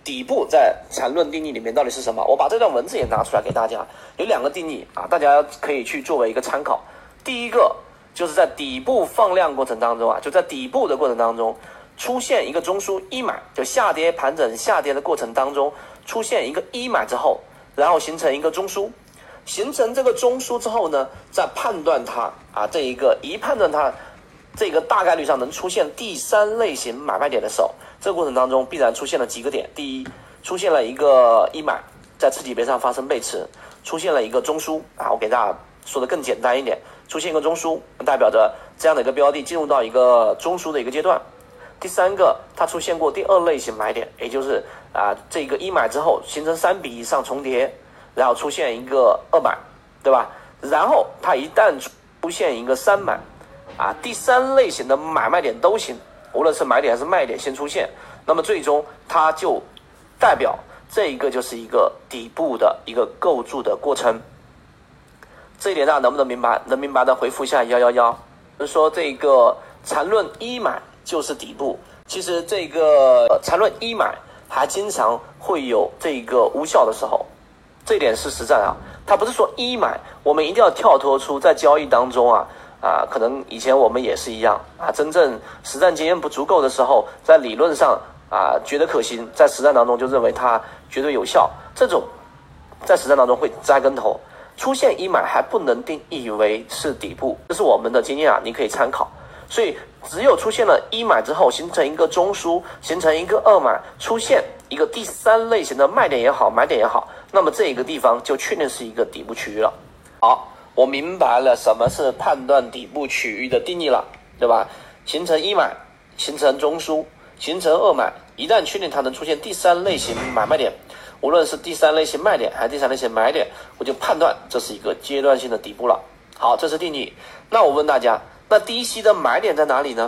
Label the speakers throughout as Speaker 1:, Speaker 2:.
Speaker 1: 底部在缠论定义里面到底是什么？我把这段文字也拿出来给大家，有2个定义啊，大家可以去作为一个参考。第一个就是在底部放量过程当中啊，就在底部的过程当中出现一个中枢一买，就下跌盘整下跌的过程当中出现一个一买之后，然后形成一个中枢，形成这个中枢之后呢，再判断它啊，判断它这个大概率上能出现第3类型买卖点的时候，这个过程当中必然出现了几个点。第一，出现了一个一买在次级别上发生背驰，出现了一个中枢啊，我给大家说的更简单一点，出现一个中枢代表着这样的一个标的进入到一个中枢的一个阶段。第3个，它出现过第2类型买点，也就是这个一买之后形成3比以上重叠，然后出现一个2买，对吧？然后它一旦出现一个3买第3类型的买卖点都行，无论是买点还是卖点先出现，那么最终它就代表这一个就是一个底部的一个构筑的过程。这一点大家能不能明白？能明白的回复一下111。说这个缠论一买就是底部，其实这个缠论一买还经常会有这个无效的时候，这一点是实战啊。它不是说一买我们一定要跳脱出在交易当中可能以前我们也是一样真正实战经验不足够的时候，在理论上觉得可行，在实战当中就认为它绝对有效，这种在实战当中会栽跟头。出现一买还不能定义为是底部，这是我们的经验你可以参考。所以只有出现了一买之后，形成一个中枢，形成一个2买，出现一个第3类型的卖点也好，买点也好，那么这个地方就确定是一个底部区域了。好，我明白了什么是判断底部区域的定义了，对吧？形成一买，形成中枢，形成2买，一旦确定它能出现第3类型买卖点，无论是第3类型卖点还是第3类型买点，我就判断这是一个阶段性的底部了。好，这是定义。那我问大家，那低吸的买点在哪里呢？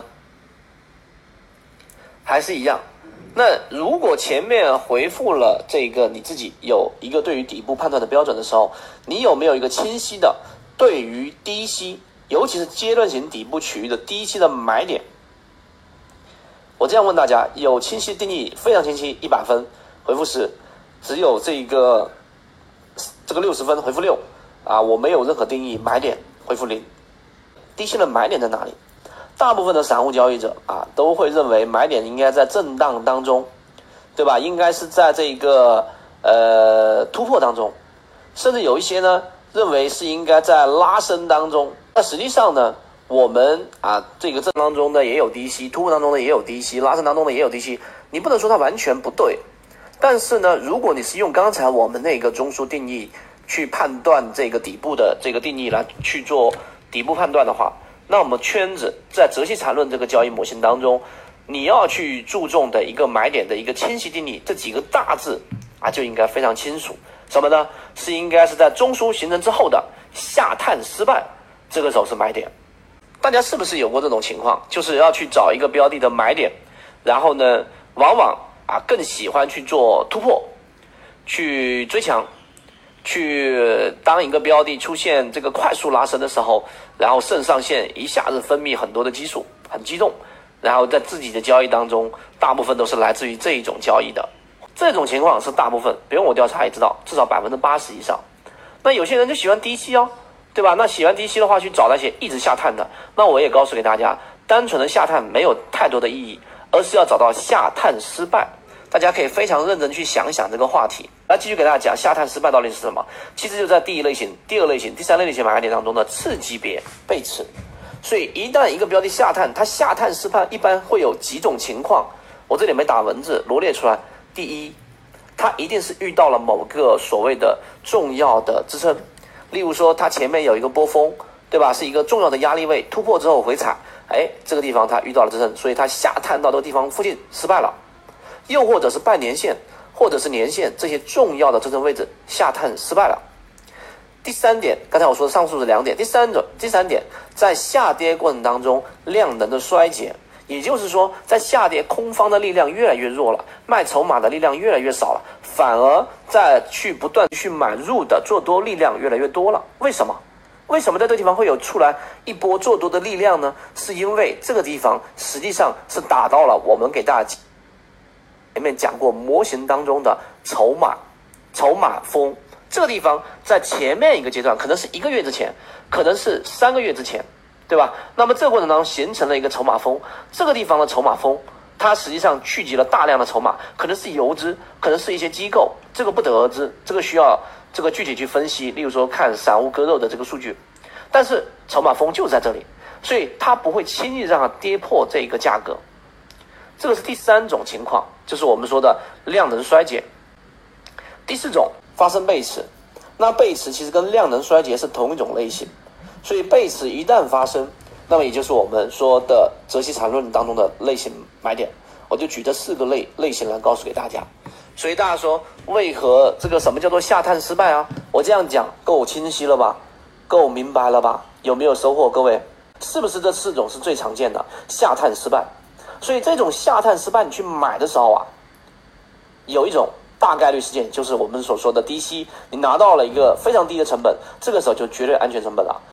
Speaker 1: 还是一样。那如果前面回复了这个你自己有一个对于底部判断的标准的时候，你有没有一个清晰的对于低吸，尤其是阶段型底部区域的低吸的买点？我这样问大家，有清晰定义，非常清晰，100分，回复10。只有这个60分，回复6我没有任何定义，买点回复0。低吸的买点在哪里？大部分的散户交易者都会认为买点应该在震荡当中，对吧？应该是在这个突破当中，甚至有一些呢认为是应该在拉升当中。那实际上呢，我们这个震荡当中呢也有低吸，突破当中呢也有低吸，拉升当中呢也有低吸，你不能说它完全不对。但是呢，如果你是用刚才我们那个中枢定义去判断这个底部的这个定义来去做底部判断的话，那我们圈子在泽熙缠论这个交易模型当中，你要去注重的一个买点的一个清晰定义，这几个大字就应该非常清楚。什么呢？是应该是在中枢形成之后的下探失败，这个时候是买点。大家是不是有过这种情况？就是要去找一个标的的买点，然后呢，往往更喜欢去做突破，去追强，去当一个标的出现这个快速拉升的时候，然后肾上腺一下子分泌很多的激素，很激动，然后在自己的交易当中，大部分都是来自于这一种交易的。这种情况是大部分，不用我调查也知道，至少80%以上。那有些人就喜欢低吸对吧？那喜欢低吸的话，去找那些一直下探的。那我也告诉给大家，单纯的下探没有太多的意义，而是要找到下探失败。大家可以非常认真去想一想这个话题。来继续给大家讲下探失败到底是什么。其实就在第1类型、第2类型、第3类型买卖点当中的次级别背驰。所以一旦一个标的下探，它下探失败一般会有几种情况，我这里没打文字罗列出来。第一，它一定是遇到了某个所谓的重要的支撑，例如说它前面有一个波峰，对吧？是一个重要的压力位，突破之后回踩，这个地方它遇到了支撑，所以它下探到这个地方附近失败了。又或者是半年线或者是年线这些重要的支撑位置下探失败了。第3点，刚才我说的上述是2点，第三点，在下跌过程当中量能的衰竭，也就是说在下跌空方的力量越来越弱了，卖筹码的力量越来越少了，反而在不断去买入的做多力量越来越多了。为什么在这个地方会有出来一波做多的力量呢？是因为这个地方实际上是打到了我们给大家前面讲过模型当中的筹码峰，这个地方在前面一个阶段可能是1个月之前，可能是3个月之前，对吧？那么这个过程当中形成了一个筹码峰，这个地方的筹码峰它实际上聚集了大量的筹码，可能是游资，可能是一些机构，这个不得而知，这个需要这个具体去分析，例如说看散户割肉的这个数据，但是筹码峰就在这里，所以它不会轻易让它跌破这个价格。这个是第3种情况，就是我们说的量能衰竭。第4种发生背驰，那背驰其实跟量能衰竭是同一种类型，所以背驰一旦发生，那么也就是我们说的择期缠论当中的类型买点，我就举这4个类型来告诉给大家。所以大家说为何这个什么叫做下探失败啊？我这样讲够清晰了吧？够明白了吧？有没有收获？各位是不是这4种是最常见的下探失败？所以这种下探失败你去买的时候啊，有一种大概率事件，就是我们所说的低吸，你拿到了一个非常低的成本，这个时候就绝对安全成本了。